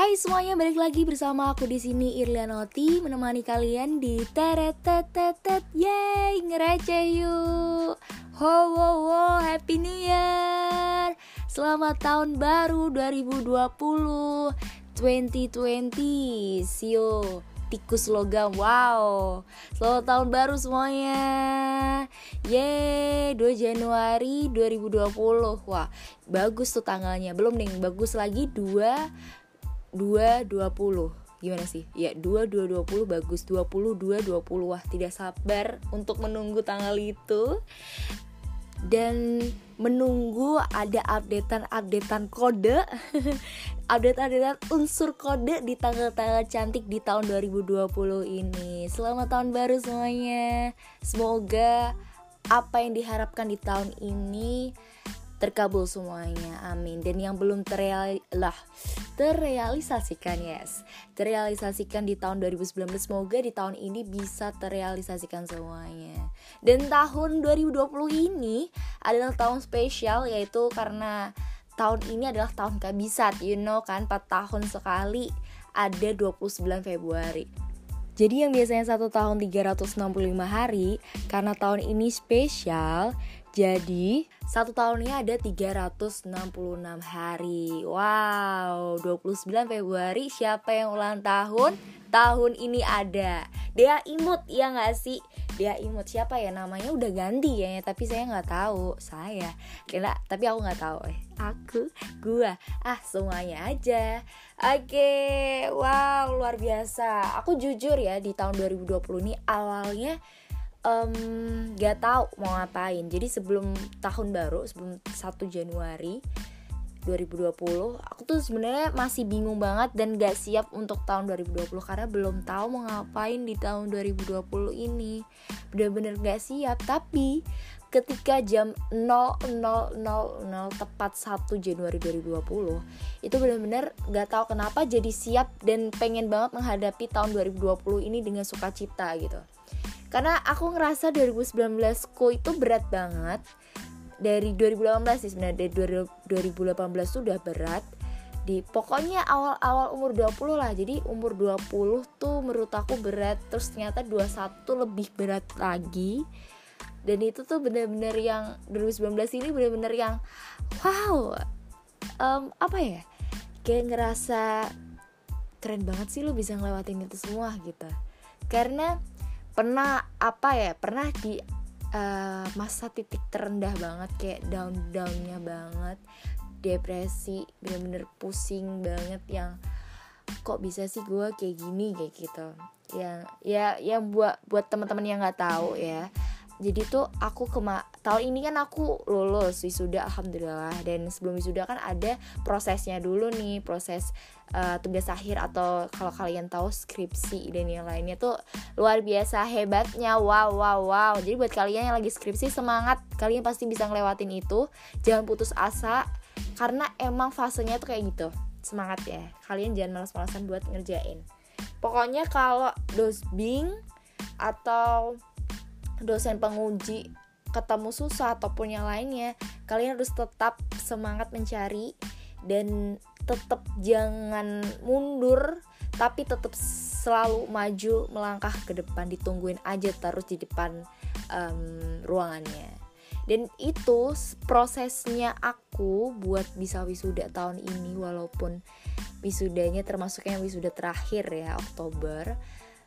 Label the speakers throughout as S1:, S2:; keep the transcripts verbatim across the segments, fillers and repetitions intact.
S1: Hai semuanya, balik lagi bersama aku di sini Irlianoti, menemani kalian di teret tet tet tet. Yeay, ngereceh yuk. Ho ho ho, Happy New Year. Selamat tahun baru dua ribu dua puluh. dua ribu dua puluh. Sio tikus logam. Wow. Selamat tahun baru semuanya. Yeay, dua Januari dua ribu dua puluh. Wah, bagus tuh tanggalnya. Belum nih, bagus lagi dua dua dua puluh. Gimana sih? Ya, dua dua dua puluh bagus. dua puluh dua dua puluh. Wah, tidak sabar untuk menunggu tanggal itu. Dan menunggu ada updatean-updatean kode. Update-updatean unsur kode di tanggal-tanggal cantik di tahun dua ribu dua puluh ini. Selamat tahun baru semuanya. Semoga apa yang diharapkan di tahun ini terkabul semuanya, amin. Dan yang belum terreal lah, terrealisasikan, yes terrealisasikan di tahun dua ribu sembilan belas, semoga di tahun ini bisa terrealisasikan semuanya. Dan tahun dua ribu dua puluh ini adalah tahun spesial, yaitu karena tahun ini adalah tahun kabisat. You know kan, empat tahun sekali ada dua puluh sembilan Februari. Jadi yang biasanya satu tahun tiga ratus enam puluh lima hari, karena tahun ini spesial, jadi satu tahunnya ada tiga ratus enam puluh enam hari. Wow, dua puluh sembilan Februari, siapa yang ulang tahun? Tahun ini ada Dea Imut, ya gak sih? Dea Imut, siapa ya namanya? Udah ganti ya, tapi saya gak tahu. Saya, kira, tapi aku gak tahu. Eh, aku, gua, ah semuanya aja. Oke, wow, luar biasa. Aku jujur ya, di tahun dua ribu dua puluh ini awalnya um, gak tahu mau ngapain. Jadi sebelum tahun baru, sebelum satu Januari dua ribu dua puluh, aku tuh sebenarnya masih bingung banget dan gak siap untuk tahun dua ribu dua puluh, karena belum tahu mau ngapain di tahun dua ribu dua puluh ini. Bener-bener gak siap. Tapi ketika jam nol nol nol nol tepat satu Januari dua ribu dua puluh, itu benar-benar gak tahu kenapa jadi siap dan pengen banget menghadapi tahun dua ribu dua puluh ini dengan sukacita gitu. Karena aku ngerasa dua ribu sembilan belas ku itu berat banget. Dari dua ribu delapan belas sih sebenarnya, dari dua ribu delapan belas tuh udah berat. Di pokoknya awal-awal umur dua puluh lah. Jadi umur dua puluh tuh menurut aku berat. Terus ternyata dua puluh satu lebih berat lagi. Dan itu tuh benar-benar yang dua ribu sembilan belas ini benar-benar yang wow, um, apa ya, kayak ngerasa keren banget sih lu bisa ngelewatin itu semua gitu. Karena pernah apa ya, pernah di uh, masa titik terendah banget, kayak down-downnya banget, depresi, benar-benar pusing banget, yang kok bisa sih gue kayak gini, kayak gitu. Yang ya yang buat buat teman-teman yang nggak tahu ya. Jadi tuh aku kema tahun ini kan aku lulus wisuda, alhamdulillah. Dan sebelum wisuda kan ada prosesnya dulu nih, proses uh, tugas akhir atau kalau kalian tahu skripsi dan yang lainnya tuh luar biasa hebatnya. Wow wow wow. Jadi buat kalian yang lagi skripsi, semangat, kalian pasti bisa ngelewatin itu. Jangan putus asa, karena emang fasenya tuh kayak gitu. Semangat ya, kalian jangan malas-malasan buat ngerjain. Pokoknya kalau dosbing atau dosen penguji ketemu susah ataupun yang lainnya, kalian harus tetap semangat mencari dan tetap jangan mundur, tapi tetap selalu maju melangkah ke depan. Ditungguin aja terus di depan um, ruangannya. Dan itu prosesnya aku buat bisa wisuda tahun ini, walaupun wisudanya termasuk yang wisuda terakhir ya, Oktober.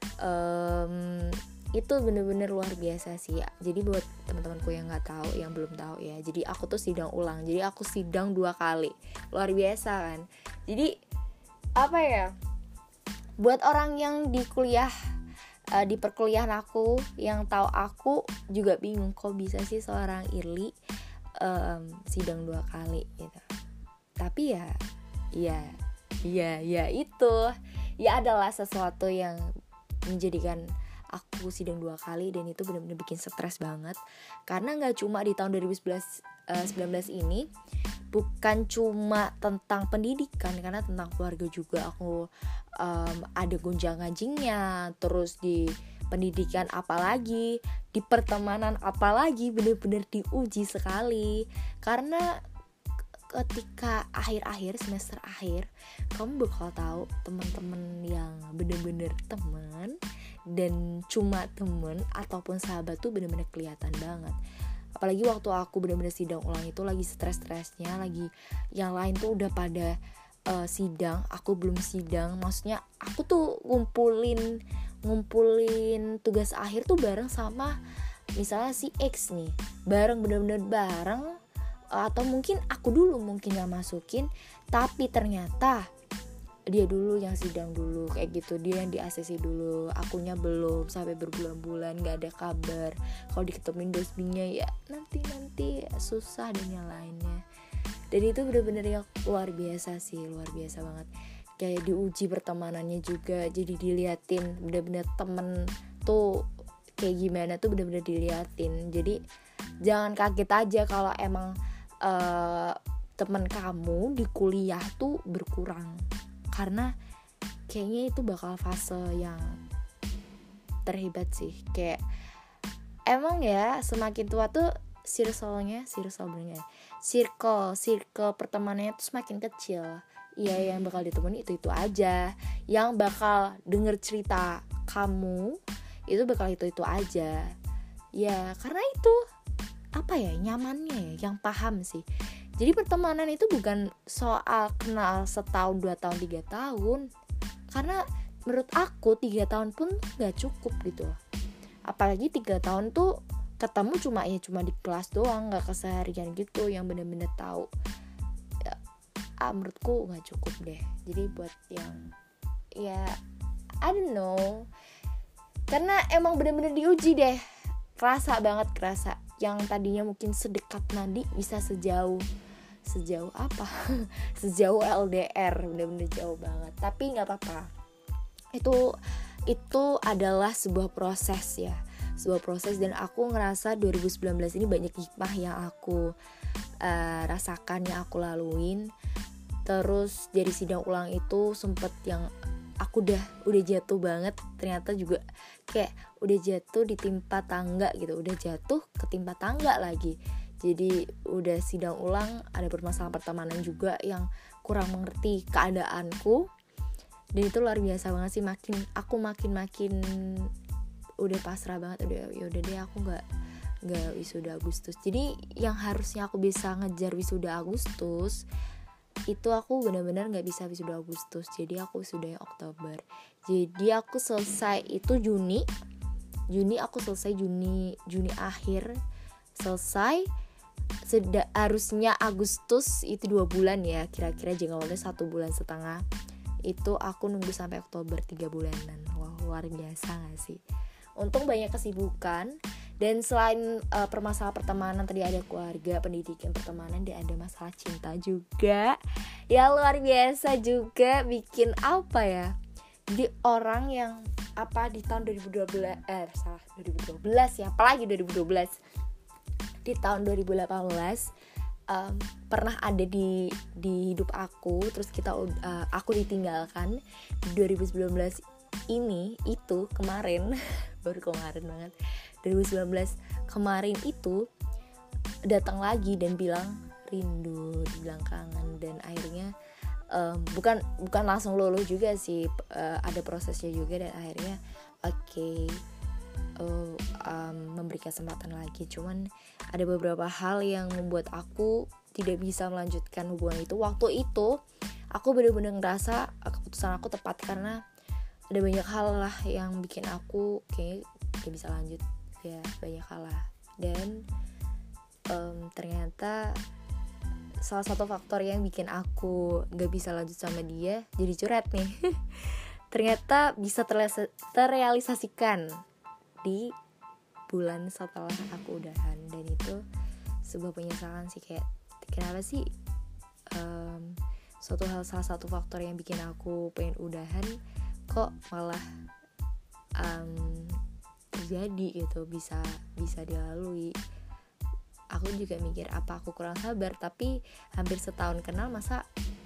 S1: um, Itu bener-bener luar biasa sih ya. Jadi buat teman-temanku yang nggak tahu, yang belum tahu ya, jadi aku tuh sidang ulang. Jadi aku sidang dua kali, luar biasa kan. Jadi apa ya, buat orang yang di kuliah, uh, di perkuliahan aku, yang tahu aku juga bingung kok bisa sih seorang Irli um, sidang dua kali gitu. Tapi ya, ya, ya, ya itu ya adalah sesuatu yang menjadikan aku sidang dua kali, dan itu benar-benar bikin stres banget. Karena gak cuma di tahun dua ribu sembilan belas ini, bukan cuma tentang pendidikan, karena tentang keluarga juga. Aku um, ada gonjang-ganjingnya, terus di pendidikan apalagi, di pertemanan apalagi, benar-benar diuji sekali. Karena ketika akhir-akhir semester akhir, kamu bakal tahu teman-teman yang bener-bener teman dan cuma teman ataupun sahabat tuh bener-bener kelihatan banget. Apalagi waktu aku bener-bener sidang ulang itu lagi stres-stresnya, lagi yang lain tuh udah pada uh, sidang, aku belum sidang. Maksudnya aku tuh ngumpulin ngumpulin tugas akhir tuh bareng sama misalnya si X nih, bareng bener-bener bareng. Atau mungkin aku dulu mungkin yang masukin, tapi ternyata dia dulu yang sidang dulu kayak gitu, dia yang di A C C dulu, akunya belum, sampai berbulan-bulan gak ada kabar. Kalau diketemuin dosbinya ya nanti-nanti susah dan yang lainnya. Dan itu bener-bener yang luar biasa sih, luar biasa banget. Kayak diuji pertemanannya juga, jadi diliatin bener-bener temen tuh kayak gimana tuh bener-bener diliatin. Jadi jangan kaget aja kalau emang Uh, teman kamu di kuliah tuh berkurang, karena kayaknya itu bakal fase yang terhebat sih. Kayak emang ya semakin tua tuh circle-nya, circle benernya, circle, circle pertemanannya tuh semakin kecil. Iya, yang bakal ditemuin itu-itu aja, yang bakal denger cerita kamu itu bakal itu-itu aja. Ya karena itu apa ya, nyamannya ya, yang paham sih. Jadi pertemanan itu bukan soal kenal setahun, dua tahun, tiga tahun. Karena menurut aku tiga tahun pun gak cukup gitu. Apalagi tiga tahun tuh ketemu cuma ya cuma di kelas doang, gak keseharian gitu, yang bener-bener tahu. Ya, ah, menurutku gak cukup deh. Jadi buat yang ya I don't know, karena emang bener-bener diuji deh. Kerasa banget, kerasa. Yang tadinya mungkin sedekat nadi bisa sejauh sejauh apa sejauh L D R, bener-bener jauh banget. Tapi nggak apa-apa, itu itu adalah sebuah proses ya, sebuah proses. Dan aku ngerasa dua ribu sembilan belas ini banyak hikmah yang aku uh, rasakan, yang aku laluin. Terus dari sidang ulang itu sempet yang aku udah udah jatuh banget, ternyata juga kayak udah jatuh ditimpa tangga gitu, udah jatuh ketimpa tangga lagi. Jadi udah sidang ulang, ada permasalahan pertemanan juga yang kurang mengerti keadaanku. Dan itu luar biasa banget sih, makin aku makin-makin udah pasrah banget, udah yaudah deh aku nggak nggak wisuda Agustus. Jadi yang harusnya aku bisa ngejar wisuda Agustus, itu aku benar-benar nggak bisa wisuda Agustus, jadi aku wisuda Oktober. Jadi aku selesai itu Juni, Juni aku selesai Juni Juni akhir selesai. Seda, harusnya Agustus itu dua bulan ya, kira-kira jangka waktunya satu bulan setengah. Itu aku nunggu sampai Oktober, tiga bulanan. Wah, luar biasa nggak sih? Untung banyak kesibukan. Dan selain uh, permasalahan pertemanan, tadi ada keluarga, pendidikan, pertemanan, dan ada masalah cinta juga. Ya luar biasa juga, bikin apa ya, jadi orang yang apa di tahun dua ribu dua belas, eh salah dua ribu dua belas ya, apalagi dua ribu dua belas, di tahun dua ribu delapan belas um, pernah ada di di hidup aku. Terus kita uh, aku ditinggalkan di dua ribu sembilan belas ini, itu kemarin baru kemarin banget, dua ribu sembilan belas kemarin itu datang lagi dan bilang rindu, bilang kangen. Dan akhirnya um, bukan bukan langsung luluh juga sih, uh, ada prosesnya juga. Dan akhirnya oke okay, uh, um, memberi kesempatan lagi. Cuman ada beberapa hal yang membuat aku tidak bisa melanjutkan hubungan itu. Waktu itu aku benar-benar ngerasa keputusan aku tepat, karena ada banyak hal lah yang bikin aku kayak gak bisa lanjut ya, banyak hal lah. Dan um, ternyata salah satu faktor yang bikin aku gak bisa lanjut sama dia, jadi curhat nih ternyata bisa terrealisasikan terrealisasikan di bulan setelah aku udahan. Dan itu sebuah penyesalan sih, kayak kenapa sih um, suatu hal, salah satu faktor yang bikin aku pengen udahan kok malah um, terjadi gitu, bisa bisa dilalui. Aku juga mikir apa aku kurang sabar, tapi hampir setahun kenal masa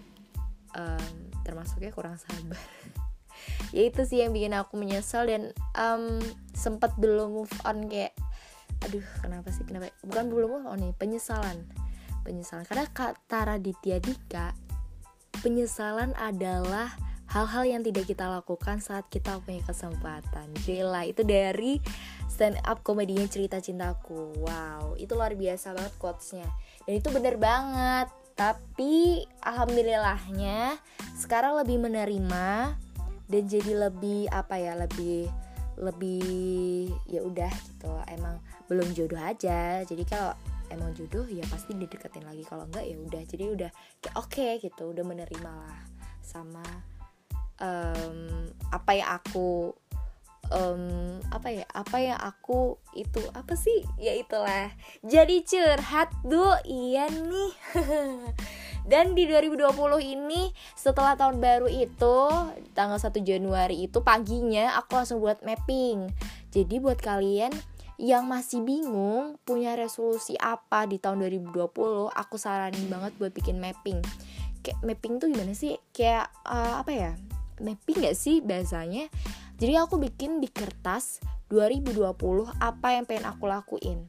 S1: um, termasuknya kurang sabar ya itu sih yang bikin aku menyesal. Dan um, sempat belum move on, kayak aduh kenapa sih kenapa bukan belum move on nih, penyesalan penyesalan. Karena kata Raditya Dika, penyesalan adalah hal-hal yang tidak kita lakukan saat kita punya kesempatan. Gila, itu dari stand up komedinya Cerita Cintaku. Wow, itu luar biasa banget quotesnya. Dan itu bener banget. Tapi alhamdulillahnya sekarang lebih menerima dan jadi lebih apa ya, lebih lebih ya udah gitu. Emang belum jodoh aja. Jadi kalau emang jodoh ya pasti dideketin lagi, kalau enggak ya udah. Jadi udah kayak oke okay, gitu, udah menerima lah sama um, apa yang aku um, apa ya apa yang aku itu apa sih ya itulah. Jadi curhat duh, iya nih. Dan di dua ribu dua puluh ini setelah tahun baru itu tanggal satu Januari itu paginya aku langsung buat mapping. Jadi buat kalian yang masih bingung punya resolusi apa di tahun dua ribu dua puluh, aku saranin banget buat bikin mapping. Kayak mapping tuh gimana sih? Kayak uh, apa ya? Mapping gak sih bahasanya? Jadi aku bikin di kertas dua ribu dua puluh apa yang pengen aku lakuin.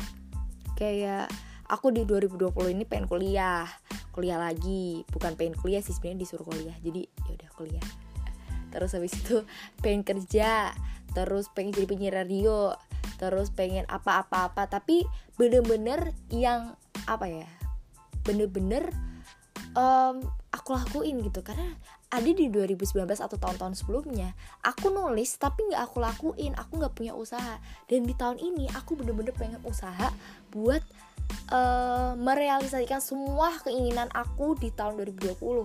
S1: Kayak aku di dua ribu dua puluh ini pengen kuliah, kuliah lagi, bukan pengen kuliah sih, sebenarnya disuruh kuliah. Jadi ya udah kuliah. Terus habis itu pengen kerja, terus pengen jadi penyiar radio, terus pengen apa-apa-apa, tapi bener-bener yang apa ya, bener-bener um, aku lakuin gitu. Karena ada di dua ribu sembilan belas atau tahun-tahun sebelumnya aku nulis tapi gak aku lakuin, aku gak punya usaha. Dan di tahun ini aku bener-bener pengen usaha buat uh, merealisasikan semua keinginan aku di tahun dua ribu dua puluh.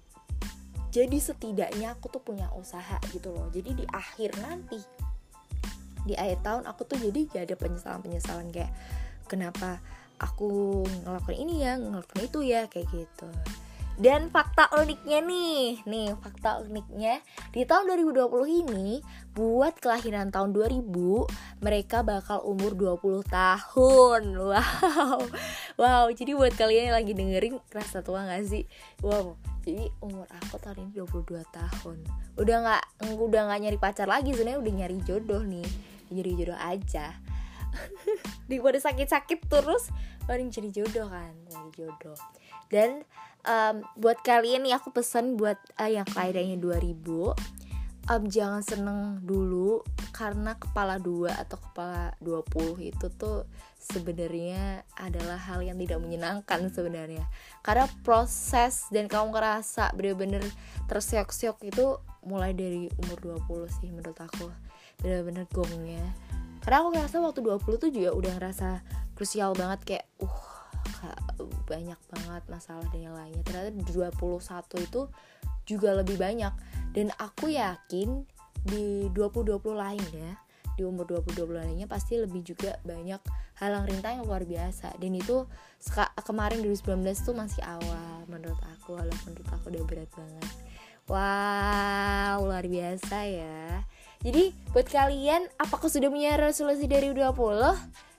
S1: Jadi setidaknya aku tuh punya usaha gitu loh. Jadi di akhir nanti, di akhir tahun aku tuh jadi gak ada penyesalan-penyesalan kayak kenapa aku ngelakuin ini ya, ngelakuin itu ya, kayak gitu. Dan fakta uniknya nih, nih fakta uniknya di tahun dua ribu dua puluh ini buat kelahiran tahun dua ribu, mereka bakal umur dua puluh tahun. Wow. Wow, jadi buat kalian yang lagi dengerin kerasa tua gak sih? Wow. Jadi umur aku tahun ini dua puluh dua tahun. Udah enggak udah enggak nyari pacar lagi, sebenarnya udah nyari jodoh nih. Nyari jodoh aja. Daripada sakit-sakit terus paling cari jodoh kan, cari jodoh. Dan um, buat kalian nih aku pesan buat uh, yang kelahirannya dua ribu, um, jangan seneng dulu karena kepala dua atau kepala dua puluh itu tuh sebenarnya adalah hal yang tidak menyenangkan sebenarnya. Karena proses dan kamu ngerasa bener-bener terseok-seok itu mulai dari umur dua puluh sih menurut aku. Bener-bener gongnya. Karena aku ngerasa waktu dua puluh tuh juga udah ngerasa krusial banget, kayak uh banyak banget masalah dan yang lainnya. Ternyata di dua puluh satu itu juga lebih banyak. Dan aku yakin di dua puluh dua puluh lainnya, di umur dua puluh dua puluh lainnya pasti lebih juga banyak halang rintang yang luar biasa. Dan itu seka- kemarin dua ribu sembilan belas tuh masih awal menurut aku, walaupun menurut aku udah berat banget. Wow, luar biasa ya. Jadi buat kalian, apakah sudah punya resolusi dari dua puluh?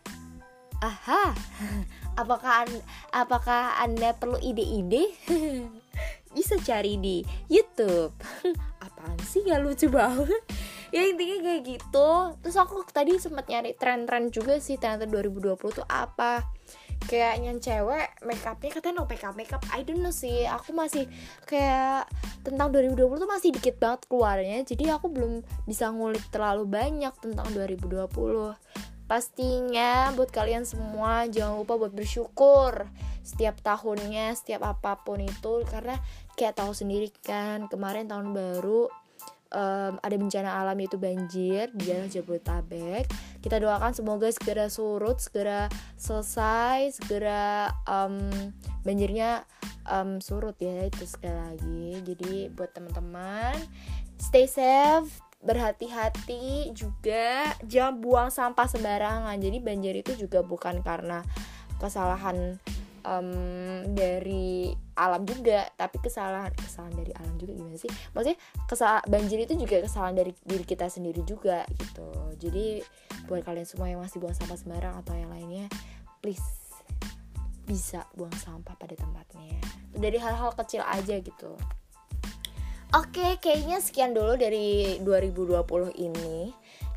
S1: Aha. Apakah anda, apakah anda perlu ide-ide? Bisa cari di YouTube. Apaan sih, gak lucu banget. Ya intinya kayak gitu. Terus aku tadi sempat nyari tren-tren juga sih, ternyata dua ribu dua puluh tuh apa. Kayak yang cewek make upnya katanya no make up make up. I don't know sih. Aku masih kayak tentang dua ribu dua puluh tuh masih dikit banget keluarnya. Jadi aku belum bisa ngulik terlalu banyak tentang dua ribu dua puluh. Pastinya buat kalian semua jangan lupa buat bersyukur setiap tahunnya, setiap apapun itu. Karena kayak tahu sendiri kan, kemarin tahun baru um, ada bencana alam yaitu banjir di daerah Jabodetabek. Kita doakan semoga segera surut, segera selesai, segera um, banjirnya um, surut ya, itu sekali lagi. Jadi buat teman-teman stay safe, berhati-hati juga, jangan buang sampah sembarangan. Jadi banjir itu juga bukan karena kesalahan um, dari alam juga, tapi kesalahan kesalahan dari alam juga gimana sih? Maksudnya kesalahan banjir itu juga kesalahan dari diri kita sendiri juga gitu. Jadi buat kalian semua yang masih buang sampah sembarang atau yang lainnya, please bisa buang sampah pada tempatnya. Dari hal-hal kecil aja gitu. Oke, kayaknya sekian dulu dari dua ribu dua puluh ini.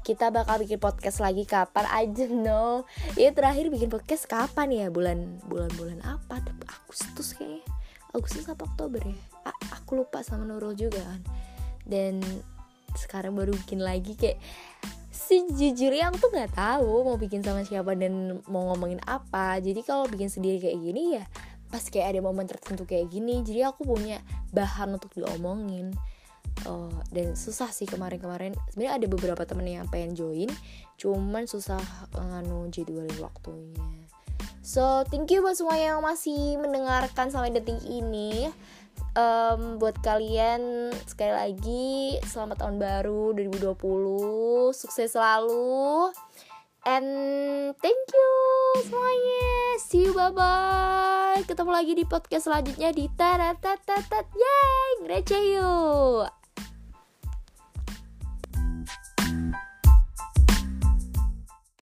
S1: kita bakal bikin podcast lagi kapan, I don't know. Ya terakhir bikin podcast kapan ya, bulan bulan bulan apa, Agustus kayaknya, Agustus apa Oktober ya, A- aku lupa sama Nurul juga kan. Dan sekarang baru bikin lagi, kayak sejujurnya aku tuh nggak tahu mau bikin sama siapa dan mau ngomongin apa. Jadi kalau bikin sendiri kayak gini ya pas kayak ada momen tertentu kayak gini, jadi aku punya bahan untuk diomongin. Uh, dan susah sih kemarin-kemarin. Sebenarnya ada beberapa temen yang pengen join, cuman susah nganu jadwalin waktunya. So thank you buat semua yang masih mendengarkan sampai detik ini. Um, buat kalian sekali lagi selamat tahun baru dua ribu dua puluh, sukses selalu, and thank you semuanya. See you, bye bye. Ketemu lagi di podcast selanjutnya di taratatatat. Yeay, receh yuk.